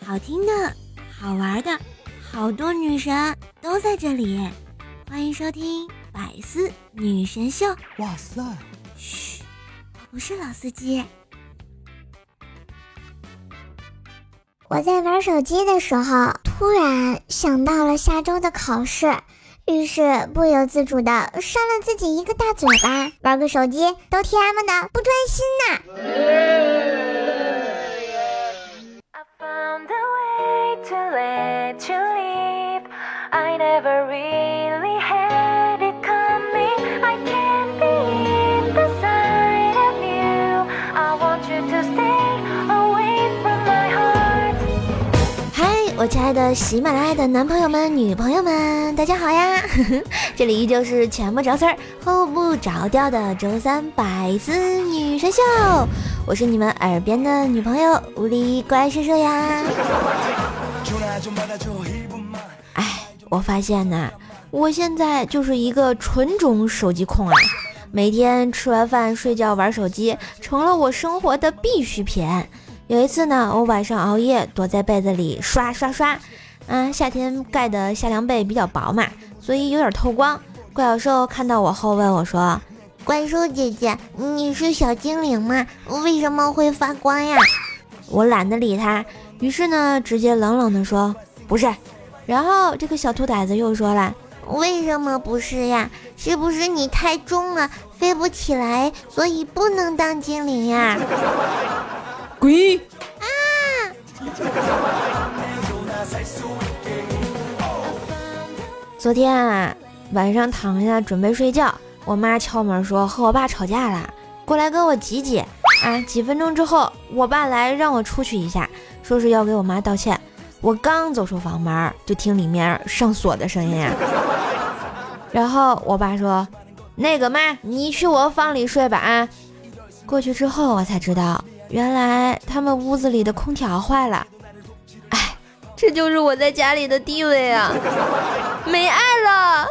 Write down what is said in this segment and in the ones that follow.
好听的、好玩的，好多女神都在这里，欢迎收听百思女神秀。 哇塞！ 嘘，我不是老司机。 我在玩手机的时候，突然想到了下周的考试，于是不由自主的扇了自己一个大嘴巴。玩个手机都 TM 的不专心呐！ 我亲爱的喜马拉雅的男朋友们、女朋友们，大家好呀！这里依旧是前不着村后不着调的周三百思女神秀，我是你们耳边的女朋友无敌怪兽兽呀！哎，我发现呢，我现在就是一个纯种手机控啊，每天吃完饭睡觉玩手机，成了我生活的必需品。有一次呢，我晚上熬夜躲在被子里刷，夏天盖的夏凉被比较薄嘛，所以有点透光。怪小兽看到我后问我说：“ 怪兽姐姐，你是小精灵吗？为什么会发光呀？” 我懒得理他，于是呢，直接冷冷地说：“不是。”然后这个小兔崽子又说了：“ 为什么不是呀？是不是你太重了，飞不起来，所以不能当精灵呀？” 滚！ 啊！ 昨天啊，晚上躺下准备睡觉，我妈敲门说和我爸吵架了，过来跟我挤挤啊。几分钟之后，我爸来让我出去一下，说是要给我妈道歉。我刚走出房门，就听里面上锁的声音，然后我爸说：“那个妈，你去我房里睡吧啊。”过去之后，我才知道。原来他们屋子里的空调坏了，哎，这就是我在家里的地位啊，没爱了。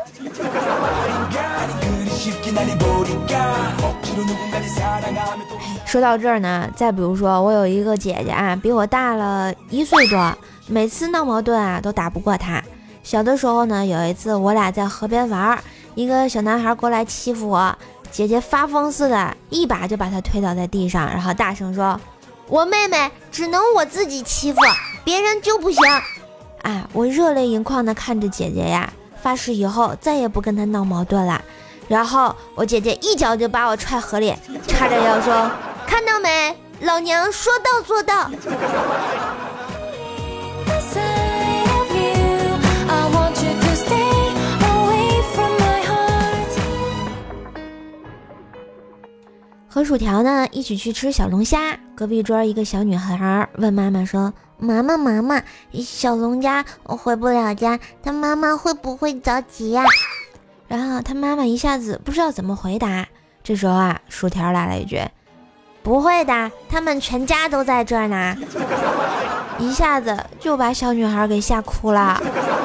说到这儿呢，再比如说我有一个姐姐啊，比我大了1岁多，每次闹矛盾啊都打不过她。小的时候呢，有一次我俩在河边玩，一个小男孩过来欺负我。姐姐发疯似的，一把就把他推倒在地上，然后大声说：“ 我妹妹只能我自己欺负，别人就不行。” 啊！我热泪盈眶的看着姐姐呀，发誓以后再也不跟她闹矛盾了。然后我姐姐一脚就把我踹河里，叉着腰说：“看到没，老娘说到做到。”和薯条呢一起去吃小龙虾，隔壁桌一个小女孩问妈妈说：“ 妈妈，小龙虾回不了家，他妈妈会不会着急呀？” 然后他妈妈一下子不知道怎么回答。这时候啊，薯条来了一句：“不会的，他们全家都在这儿呢。”一下子就把小女孩给吓哭了。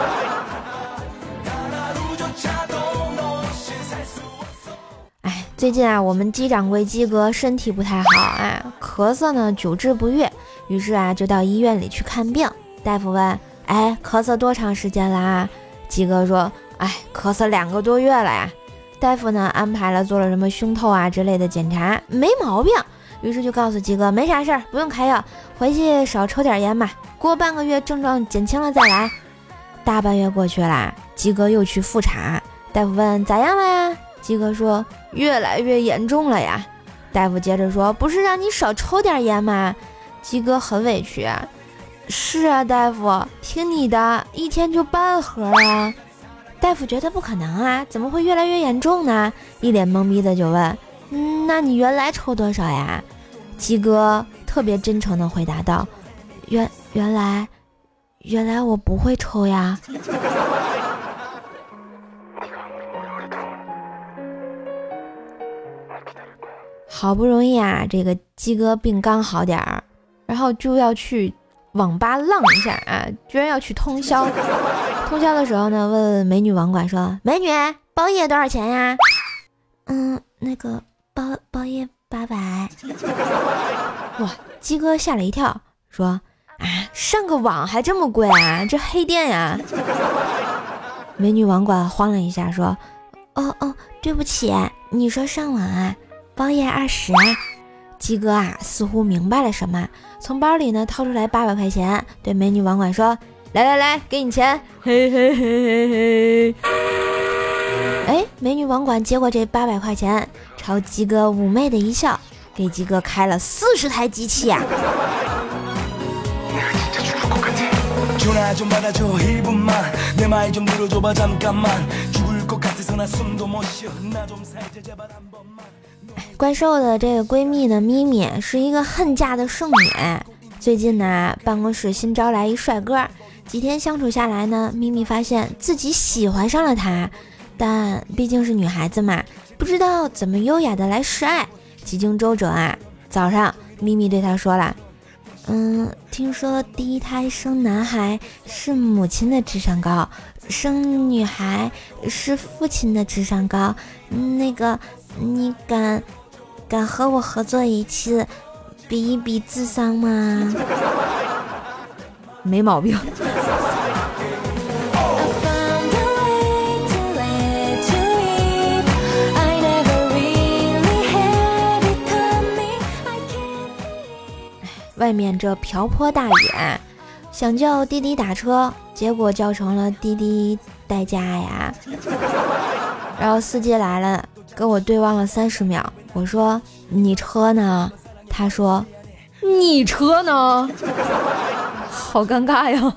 最近啊，我们鸡掌柜鸡哥身体不太好啊，咳嗽呢久治不愈，于是啊就到医院里去看病。大夫问：“哎，咳嗽多长时间了啊？”鸡哥说：“哎，咳嗽2个多月了呀。”大夫呢安排了做了什么胸透啊之类的检查，没毛病，于是就告诉鸡哥没啥事儿，不用开药，回去少抽点烟吧，过半个月症状减轻了再来。大半月过去了，鸡哥又去复查，大夫问咋样了呀？鸡哥说越来越严重了呀。大夫接着说不是让你少抽点烟吗？鸡哥很委屈啊，是啊大夫，听你的，一天就半盒啊。大夫觉得不可能啊，怎么会越来越严重呢？一脸懵逼的就问那你原来抽多少呀？鸡哥特别真诚的回答道：原来我不会抽呀。好不容易啊，这个鸡哥病刚好点儿，然后就要去网吧浪一下啊，居然要去通宵。通宵的时候呢，问美女网管说：“美女，包夜多少钱呀？”那个包夜800。哇，鸡哥吓了一跳，说：“啊， 上个网还这么贵啊，这黑店呀。美女网管慌了一下说，哦，对不起，你说上网啊，包夜20啊。鸡哥啊似乎明白了什么，从包里呢掏出来800块钱，对美女网管说，来，给你钱，嘿嘿嘿嘿嘿。哎，美女网管接过这800块钱，朝鸡哥妩媚的一笑，给鸡哥开了40台机器啊。怪兽的这个闺蜜呢，咪咪是一个恨嫁的剩女。最近呢，办公室新招来一帅哥，几天相处下来呢，咪咪发现自己喜欢上了他，但毕竟是女孩子嘛，不知道怎么优雅的来示爱，几经周折啊，早上咪咪对他说了，听说第一胎生男孩是母亲的智商高，生女孩是父亲的智商高，那个你敢和我合作一次，比一比智商吗？没毛病。外面这瓢泼大雨，想叫滴滴打车，结果叫成了滴滴代驾呀。然后司机来了，跟我对望了30秒，我说你车呢？他说你车呢？好尴尬呀。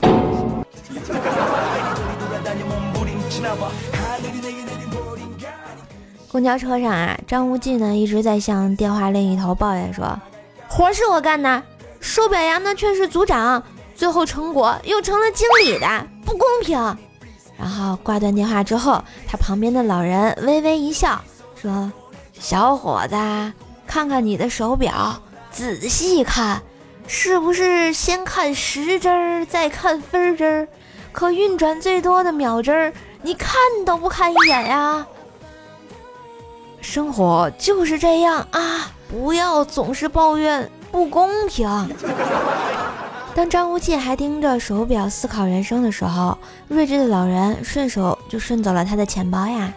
公交车上啊，张无忌呢一直在向电话另一头抱怨说，活是我干的，收表扬的却是组长，最后成果又成了经理的，不公平。然后挂断电话之后，他旁边的老人微微一笑说，小伙子，看看你的手表，仔细看，是不是先看时针再看分针，可运转最多的秒针你看都不看一眼呀。生活就是这样啊，不要总是抱怨不公平。当张无忌还盯着手表思考人生的时候，睿智的老人顺手就顺走了他的钱包呀。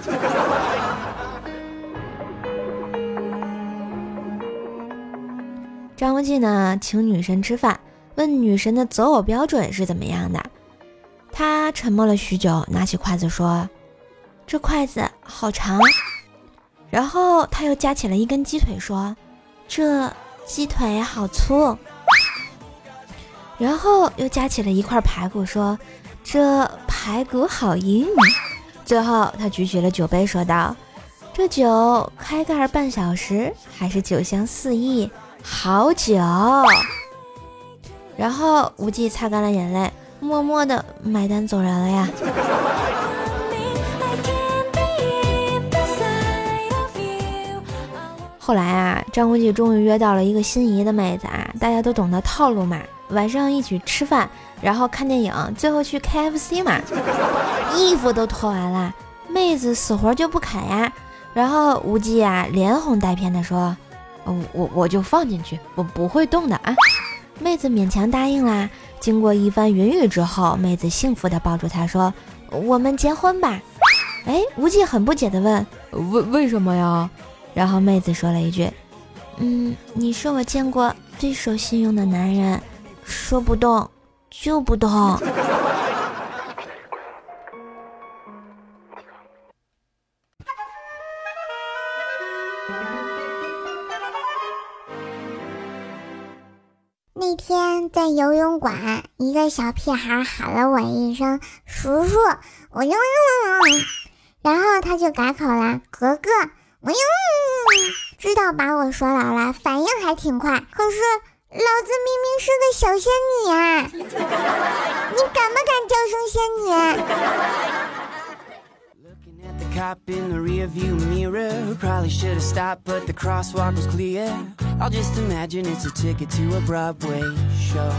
张无忌呢请女神吃饭，问女神的择偶标准是怎么样的。他沉默了许久，拿起筷子说，这筷子好长。然后他又夹起了一根鸡腿说，这鸡腿好粗。然后又夹起了一块排骨说，这排骨好硬。最后他举起了酒杯说道，这酒开盖半小时还是酒香四溢，好酒。然后无忌擦干了眼泪，默默地买单走人了呀。后来啊，张无忌终于约到了一个心仪的妹子啊，大家都懂得套路嘛，晚上一起吃饭，然后看电影，最后去 KFC 嘛。衣服都脱完了，妹子死活就不肯呀。然后无忌啊连哄带骗的说，我就放进去，我不会动的啊。妹子勉强答应啦。经过一番云雨之后，妹子幸福的抱住他说，我们结婚吧。哎，无忌很不解的问，为什么呀？然后妹子说了一句，你是我见过最守信用的男人，说不动就不动。 那天在游泳馆，一个小屁孩喊了我一声叔叔，我就然后他就改口了格格，我知道把我说老了，反应还挺快，可是老子明明是个小仙女啊，你敢不敢叫声仙女？Cop in the rearview mirror, probably should have stopped, but the crosswalk was clear. I'll just imagine it's a ticket to a Broadway show.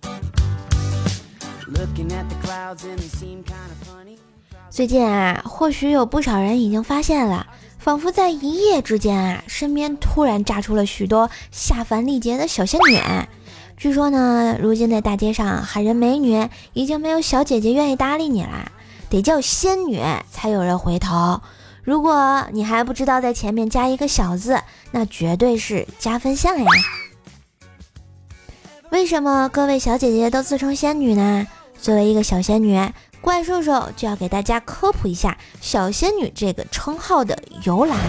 Looking at the clouds and they seem kind of funny. 最近啊，或许有不少人已经发现了，仿佛在一夜之间啊，身边突然炸出了许多下凡历劫的小仙女。 据说呢，如今的大街上海人美女已经没有小姐姐愿意搭理你啦，得叫仙女才有人回头。如果你还不知道在前面加一个小字，那绝对是加分项呀。为什么各位小姐姐都自称仙女呢？作为一个小仙女，怪兽兽就要给大家科普一下小仙女这个称号的由来。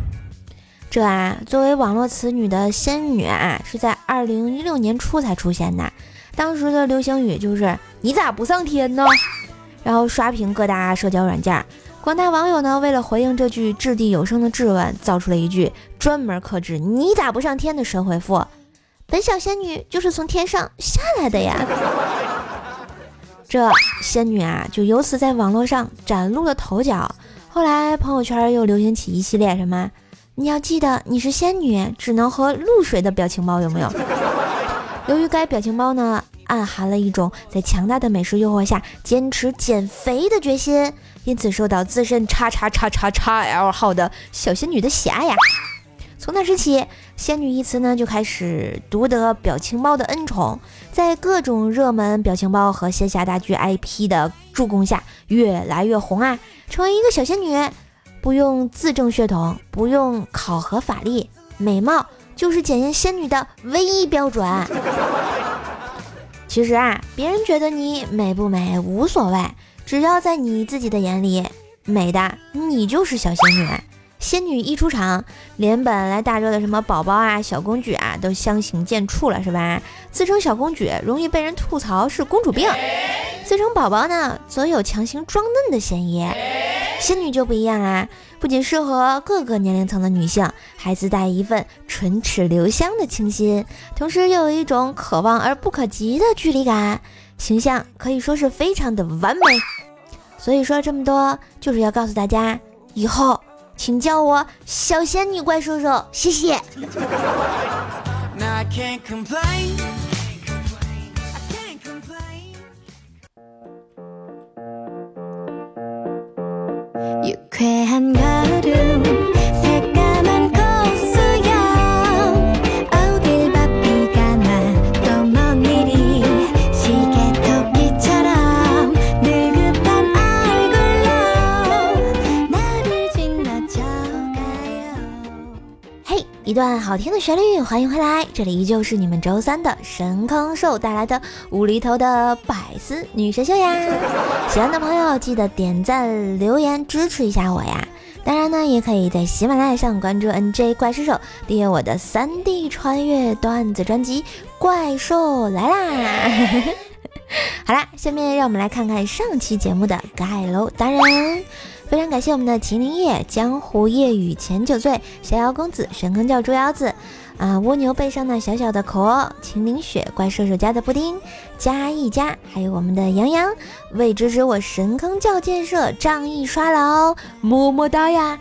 作为网络词语的仙女是在2016年初才出现的。当时的流行语就是你咋不上天呢？然后刷屏各大社交软件，广大网友呢为了回应这句掷地有声的质问，造出了一句专门克制你咋不上天的神回复：本小仙女就是从天上下来的呀。这仙女就由此在网络上崭露了头角。后来朋友圈又流行起一系列什么你要记得你是仙女只能喝露水的表情包，有没有？由于该表情包呢暗含了一种在强大的美食诱惑下坚持减肥的决心，因此受到自身XXXXL 号的小仙女的喜爱呀。从那时起，仙女一词呢就开始独得表情包的恩宠，在各种热门表情包和线下大剧 IP 的助攻下越来越红成为一个小仙女不用自证血统，不用考核法力，美貌就是检验仙女的唯一标准。其实别人觉得你美不美无所谓，只要在你自己的眼里美的，你就是小仙女。仙女一出场，连本来大热的什么宝宝小公举都相形见绌了，是吧？自称小公举容易被人吐槽是公主病，自称宝宝呢则有强行装嫩的嫌疑。仙女就不一样啦，不仅适合各个年龄层的女性，还自带一份唇齿留香的清新，同时又有一种可望而不可及的距离感，形象可以说是非常的完美。所以说这么多，就是要告诉大家，以后请叫我小仙女怪兽兽，谢谢。유쾌한 걸음 새까만 코스염 어딜 바삐가 나또 먼 일이 시계토끼처럼 늙은 얼굴로 나를 지나쳐가요。 嘿，一段好听的旋律，欢迎回来，这里依旧是你们周三的神坑兽带来的无厘头的百思女神秀呀。喜欢的朋友记得点赞留言支持一下我呀，当然呢也可以在喜马拉雅上关注 NJ 怪兽手，订阅我的3D 穿越段子专辑怪兽来啦。好啦，下面让我们来看看上期节目的盖楼达人。非常感谢我们的秦灵叶、江湖夜雨、前酒醉、逍遥公子、神坑教猪腰子蜗牛背上那小小的壳、秦灵雪、怪兽手家的布丁、加一加，还有我们的杨洋，为支持我神坑教建设仗义刷楼，么么哒呀。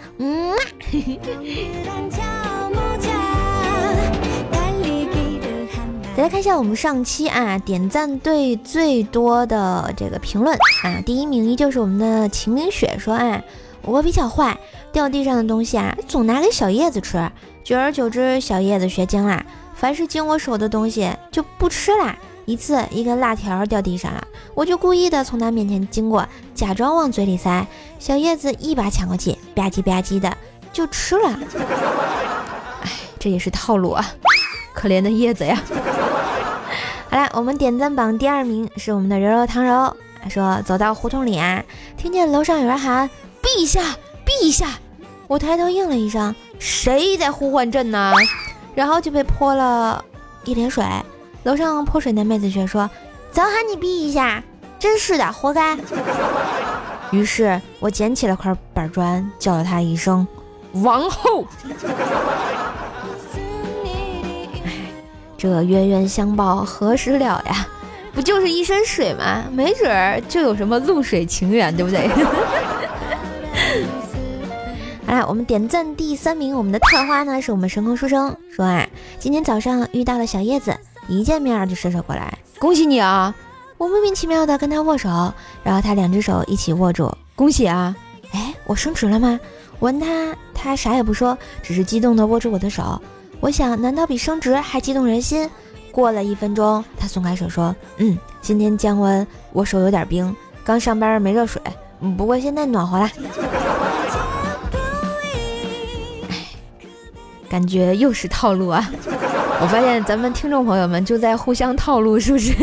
再来看一下我们上期点赞对最多的这个评论第一名依旧是我们的秦明雪说我比较坏，掉地上的东西总拿给小叶子吃，久而久之小叶子学精啦，凡是经我手的东西就不吃啦。一次一根辣条掉地上了，我就故意的从他面前经过，假装往嘴里塞，小叶子一把抢过去，吧唧吧唧的就吃了。这也是套路可怜的叶子呀。好啦，我们点赞榜第2名是我们的柔柔唐柔，说走到胡同里听见楼上有人喊陛下陛下，我抬头应了一声，谁在呼唤朕呢？然后就被泼了一脸水。楼上泼水那妹子却说，早喊你陛一下，真是的，活该。于是我捡起了块板砖，叫了他一声王后。这冤冤相报何时了呀？不就是一身水吗？没准儿就有什么露水情缘，对不对？好啦，我们点赞第3名，我们的特花呢是我们神坑书生说今天早上遇到了小叶子，一见面就伸手过来，恭喜你啊！我莫名其妙的跟他握手，然后他2只手一起握住，恭喜啊！我升职了吗？我问他，他啥也不说，只是激动的握住我的手。我想，难道比升职还激动人心？ 过了1分钟，他松开手说，今天降温，我手有点冰，刚上班没热水，不过现在暖和了。感觉又是套路啊！我发现咱们听众朋友们就在互相套路，是不是？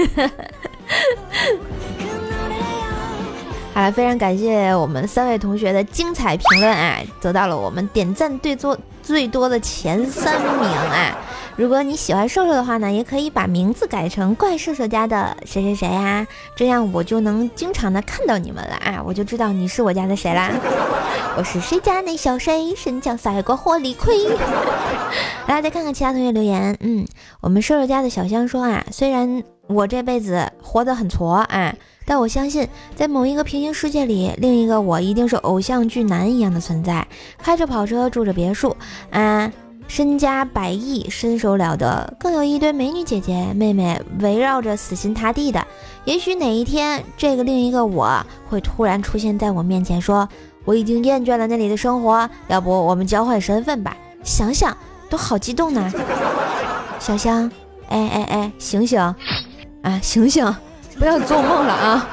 好了，非常感谢我们3位同学的精彩评论啊，得到了我们点赞最多的前3名啊！如果你喜欢瘦瘦的话呢，也可以把名字改成怪兽兽家的谁谁谁啊，这样我就能经常的看到你们了啊，我就知道你是我家的谁啦。我是谁家那小谁，神将赛过火力亏。来，再看看其他同学留言。我们瘦瘦家的小香说啊，虽然我这辈子活得很挫啊，但我相信在某一个平行世界里，另一个我一定是偶像剧男一样的存在，开着跑车，住着别墅啊，身家100亿，身手了得，更有一堆美女姐姐妹妹围绕着死心塌地的。也许哪一天，这个另一个我会突然出现在我面前，说我已经厌倦了那里的生活，要不我们交换身份吧？想想都好激动呢。小香，醒醒啊，醒醒，不要做梦了啊！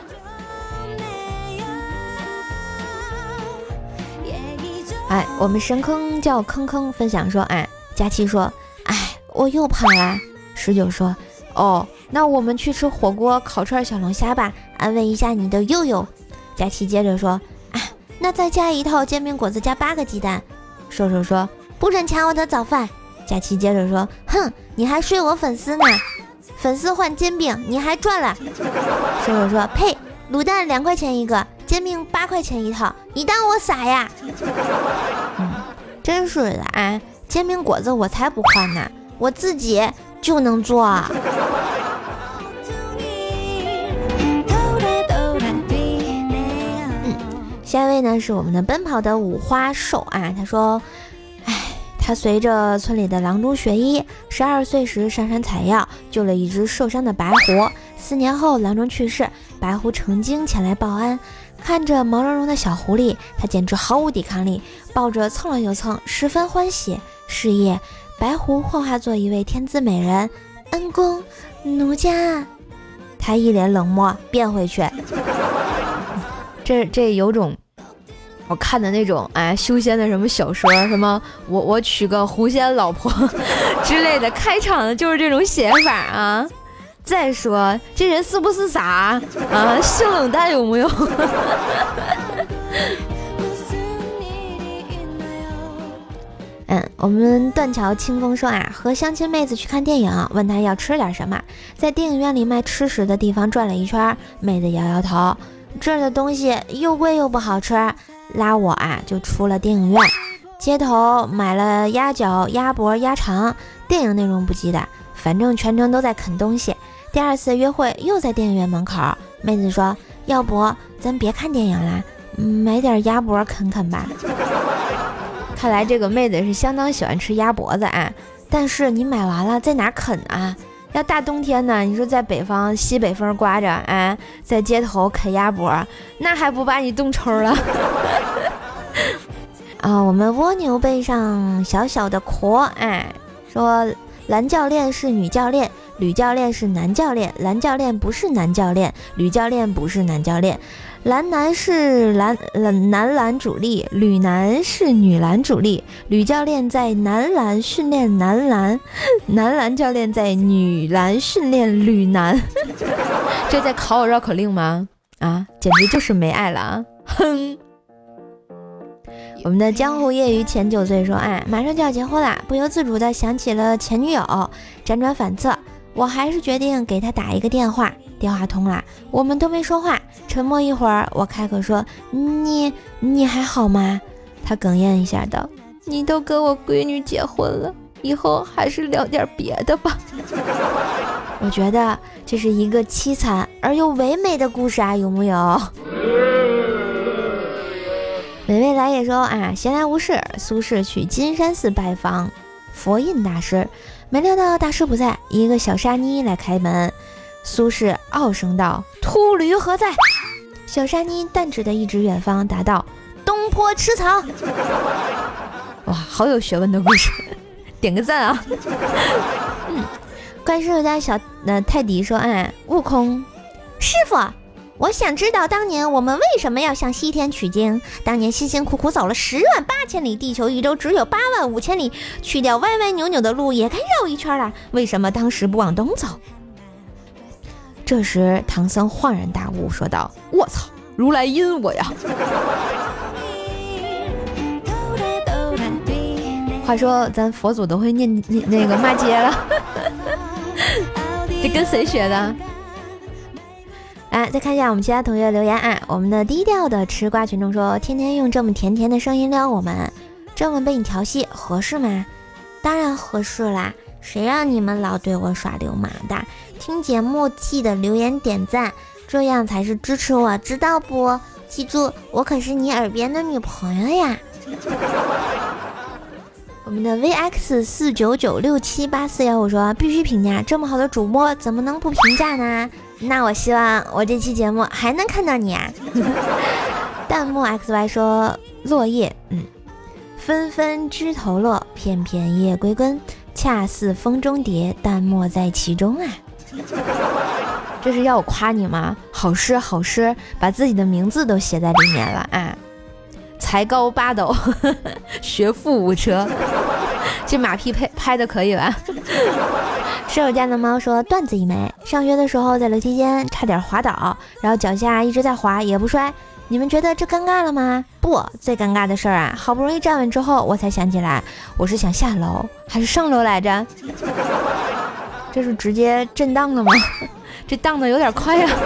我们神坑叫坑坑分享说，佳期说，我又胖啦。19说，那我们去吃火锅、烤串、小龙虾吧，安慰一下你的佑佑。佳期接着说，那再加一套煎饼果子加8个鸡蛋。瘦瘦说，不准抢我的早饭。佳期接着说，哼，你还睡我粉丝呢，粉丝换煎饼你还赚了。瘦瘦说，呸，卤蛋2块钱一个，煎饼8块钱一套，你当我傻呀？真是的啊，煎饼果子我才不换呢，我自己就能做。下一位呢是我们的奔跑的五花兽啊，他说，他随着村里的郎中学医，12岁时上山采药，救了一只受伤的白狐。4年后，郎中去世，白狐成精前来报恩，看着毛茸茸的小狐狸，他简直毫无抵抗力，抱着蹭了又蹭，十分欢喜。是夜，白狐幻化作一位天姿美人，恩公，奴家。他一脸冷漠，变回去。这有种我看的那种修仙的什么小说，什么我娶个狐仙老婆之类的，开场的就是这种写法啊。再说这人是不是傻啊？性冷淡有没有？我们断桥清风说和相亲妹子去看电影，问她要吃点什么，在电影院里卖吃食的地方转了一圈，妹子摇摇头，这儿的东西又贵又不好吃，拉我就出了电影院。街头买了鸭脚、鸭脖、鸭肠，电影内容不记得，反正全程都在啃东西。第2次约会又在电影院门口，妹子说，要不咱别看电影了，买点鸭脖啃啃吧。看来这个妹子是相当喜欢吃鸭脖子但是你买完了在哪啃啊？要大冬天呢，你说在北方西北风刮着在街头啃鸭脖，那还不把你冻抽了？我们蜗牛背上小小的壳说蓝教练是女教练，吕教练是男教练，蓝教练不是男教练，吕教练不是男教练，男篮是男篮主力，吕男是女篮主力，吕教练在男篮训练男篮，男篮教练在女篮训练吕男。这在考我绕口令吗？简直就是没爱了哼。我们的江湖业余前9岁说马上就要结婚了，不由自主的想起了前女友，辗转反侧，我还是决定给她打一个电话。电话通了，我们都没说话，沉默一会儿，我开口说，你还好吗？她哽咽一下道，你都跟我闺女结婚了，以后还是聊点别的吧。我觉得这是一个凄惨而又唯美的故事有没有？美未来也说闲来无事，苏轼去金山寺拜访佛印大师，没料到大师不在，一个小沙弥来开门。苏轼傲声道，秃驴何在？小沙弥淡指的一指远方，答道，东坡吃草。哇，好有学问的故事，点个赞啊。 怪兽家小泰迪说，悟空师傅，我想知道当年我们为什么要向西天取经？当年辛辛苦苦走了108000里，地球一周只有85000里，去掉歪歪扭扭的路也该绕一圈了，为什么当时不往东走？这时唐僧恍然大悟，说道：我操，如来阴我呀！话说咱佛祖都会念那个骂街了，这跟谁学的？再看一下我们其他同学留言我们的低调的吃瓜群众说，天天用这么甜甜的声音撩我们，这么被你调戏合适吗？当然合适啦，谁让你们老对我耍流氓的？听节目记得留言点赞，这样才是支持我，知道不？记住，我可是你耳边的女朋友呀。我们的 VX499678415说，必须评价，这么好的主播怎么能不评价呢？那我希望我这期节目还能看到你啊。弹幕 XY 说，落叶纷纷枝头落，片片叶归根，恰似风中蝶，淡漠在其中啊。这是要我夸你吗？好诗好诗，把自己的名字都写在里面了才高8斗，学富5车，这马屁拍的可以吧？室友家的猫说，段子一枚，上学的时候在楼梯间差点滑倒，然后脚下一直在滑也不摔，你们觉得这尴尬了吗？不，最尴尬的事儿好不容易站稳之后，我才想起来我是想下楼还是上楼来着？这是直接震荡了吗？这荡的有点快啊。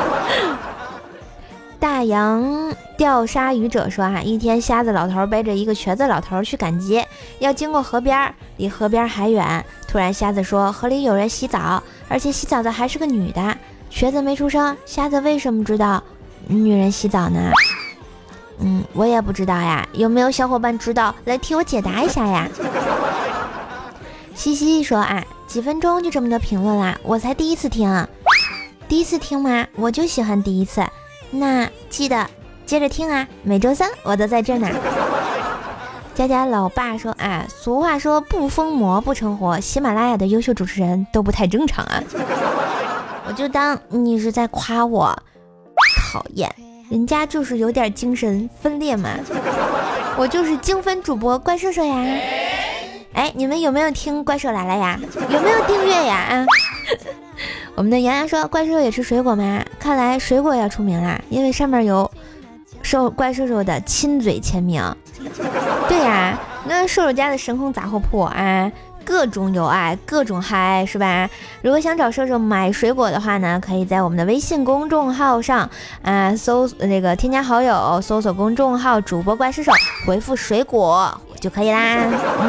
大洋钓鲨鱼者说一天瞎子老头背着一个瘸子老头去赶集，要经过河边，离河边还远，突然瞎子说河里有人洗澡，而且洗澡的还是个女的。瘸子没出声，瞎子为什么知道女人洗澡呢？我也不知道呀，有没有小伙伴知道来替我解答一下呀？西西说几分钟就这么多评论啦，我才第一次听。第一次听吗？我就喜欢第一次，那记得接着听每周三我都在这呢。佳佳老爸说俗话说不疯魔不成活，喜马拉雅的优秀主持人都不太正常我就当你是在夸我，讨厌，人家就是有点精神分裂嘛。我就是精分主播怪兽兽呀。你们有没有听怪兽来了呀？有没有订阅呀？我们的洋洋说，怪兽也吃水果吗？看来水果要出名啦，因为上面有怪兽兽的亲嘴签名。对呀，那兽兽家的神空杂货铺各种有爱，各种嗨，是吧？如果想找兽兽买水果的话呢，可以在我们的微信公众号上添加好友，搜索公众号主播怪兽兽，回复水果就可以啦。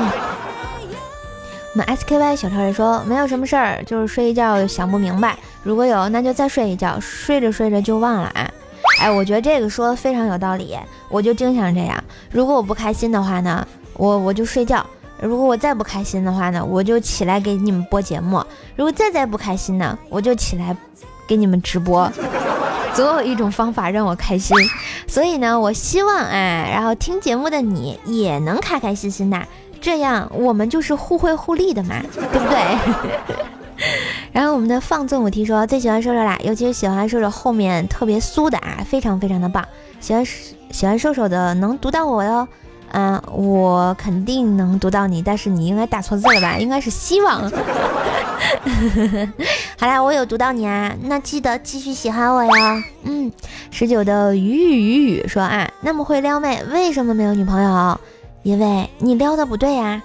我们 SKY 小超人说，没有什么事儿，就是睡一觉想不明白，如果有那就再睡一觉，睡着睡着就忘了我觉得这个说的非常有道理，我就经常这样。如果我不开心的话呢，我就睡觉，如果我再不开心的话呢，我就起来给你们播节目，如果再不开心呢，我就起来给你们直播，总有一种方法让我开心。所以呢，我希望然后听节目的你也能开开心心的，这样我们就是互惠互利的嘛，对不对？然后我们的放纵我听说最喜欢瘦瘦啦，尤其是喜欢瘦瘦后面特别酥的非常非常的棒。喜欢瘦瘦的能读到我哟。我肯定能读到你，但是你应该打错字了吧？应该是希望。好啦，我有读到你那记得继续喜欢我哟。19的雨说那么会撩妹，为什么没有女朋友？因为你撩的不对呀。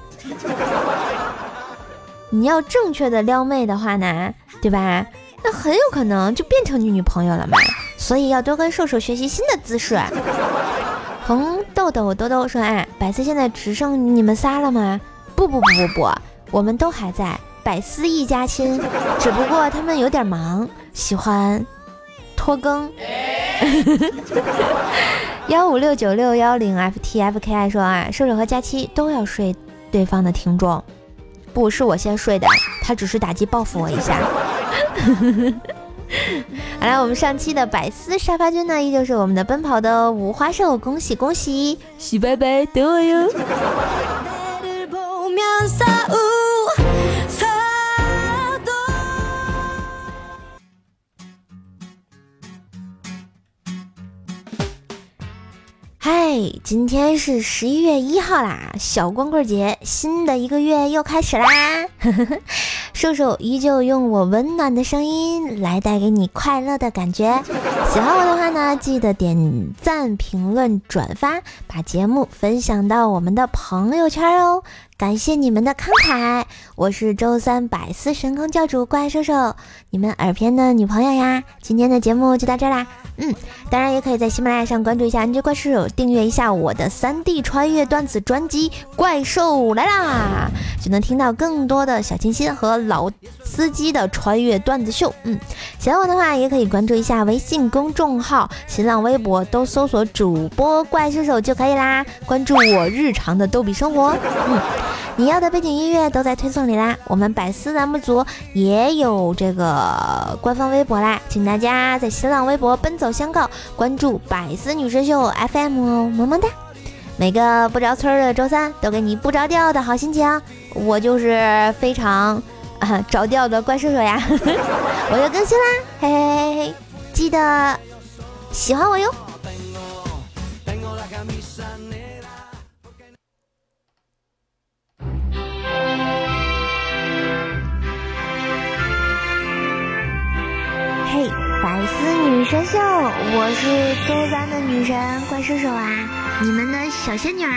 你要正确的撩妹的话呢，对吧？那很有可能就变成你女朋友了嘛。所以要多跟瘦瘦学习新的姿势。红豆豆兜兜说百思现在只剩你们仨了吗？不，我们都还在，百思一家亲，只不过他们有点忙，喜欢拖更。1569610FTFKI 说瘦瘦和佳期都要睡对方的听众，不是我先睡的，他只是打击报复我一下。好了，我们上期的百思沙发君呢，依旧是我们的奔跑的五花兽，恭喜恭喜，喜拜拜，等我哟。 嘿，今天是11月1号啦，小光棍节，新的一个月又开始啦。瘦瘦依旧用我温暖的声音来带给你快乐的感觉。喜欢我的话呢，记得点赞、评论、转发，把节目分享到我们的朋友圈哦。感谢你们的慷慨，我是周三百思神空教主怪兽兽，你们耳边的女朋友呀。今天的节目就到这啦，当然也可以在喜马拉雅上关注一下 NJ 怪兽，订阅一下我的3D 穿越段子专辑《怪兽来啦》，就能听到更多的小清新和老司机的穿越段子秀。喜欢我的话也可以关注一下微信公众号、新浪微博，都搜索主播怪兽手就可以啦，关注我日常的逗比生活。你要的背景音乐都在推送里啦，我们百思栏目组也有这个官方微博啦，请大家在新浪微博奔走相告，关注百思女神秀 FM 哦，么么哒。每个不着村的周三都给你不着调的好心情，我就是非常着调的怪兽手呀。我又更新啦，嘿嘿嘿嘿，记得喜欢我哟。嘿，百思女神秀，我是周三的女神怪兽手啊，你们的小仙女儿。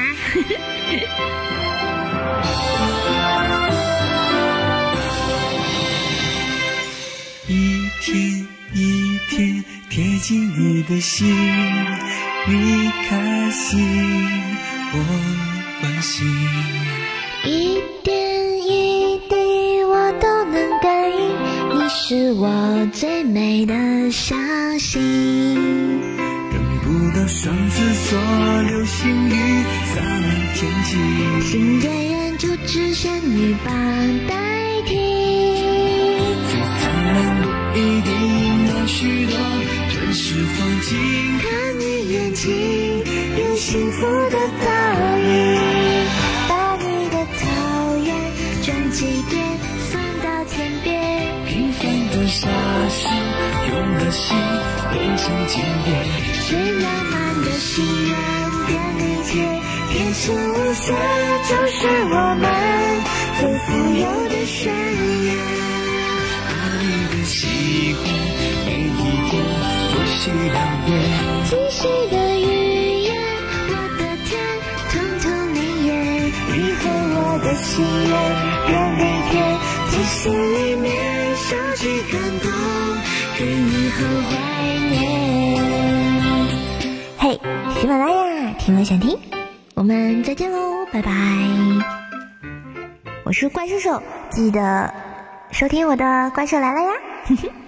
一天一天贴近你的心，你开心我关心， 一点一滴我都能感应，你是我最美的小星。 等不到双子座流星雨洒满天际， 心最远就只仙女棒代替。 最灿烂不一定要许多真实风景， 看你眼睛有幸福的倒影，把你的桃源转几遍送到天边， 平凡的傻事用了心变成经典， 最浪漫的心愿便利贴，天真无邪就是我们最富有的宣言。 把你的喜欢每一天多许两遍， 细细的语言，我的天，通通你也，你和我的心愿，愿每天在心里面收集感动，给以后怀念。嘿，喜马拉雅，听了想听，我们再见喽，拜拜。我是怪兽手，记得收听我的怪兽来了呀。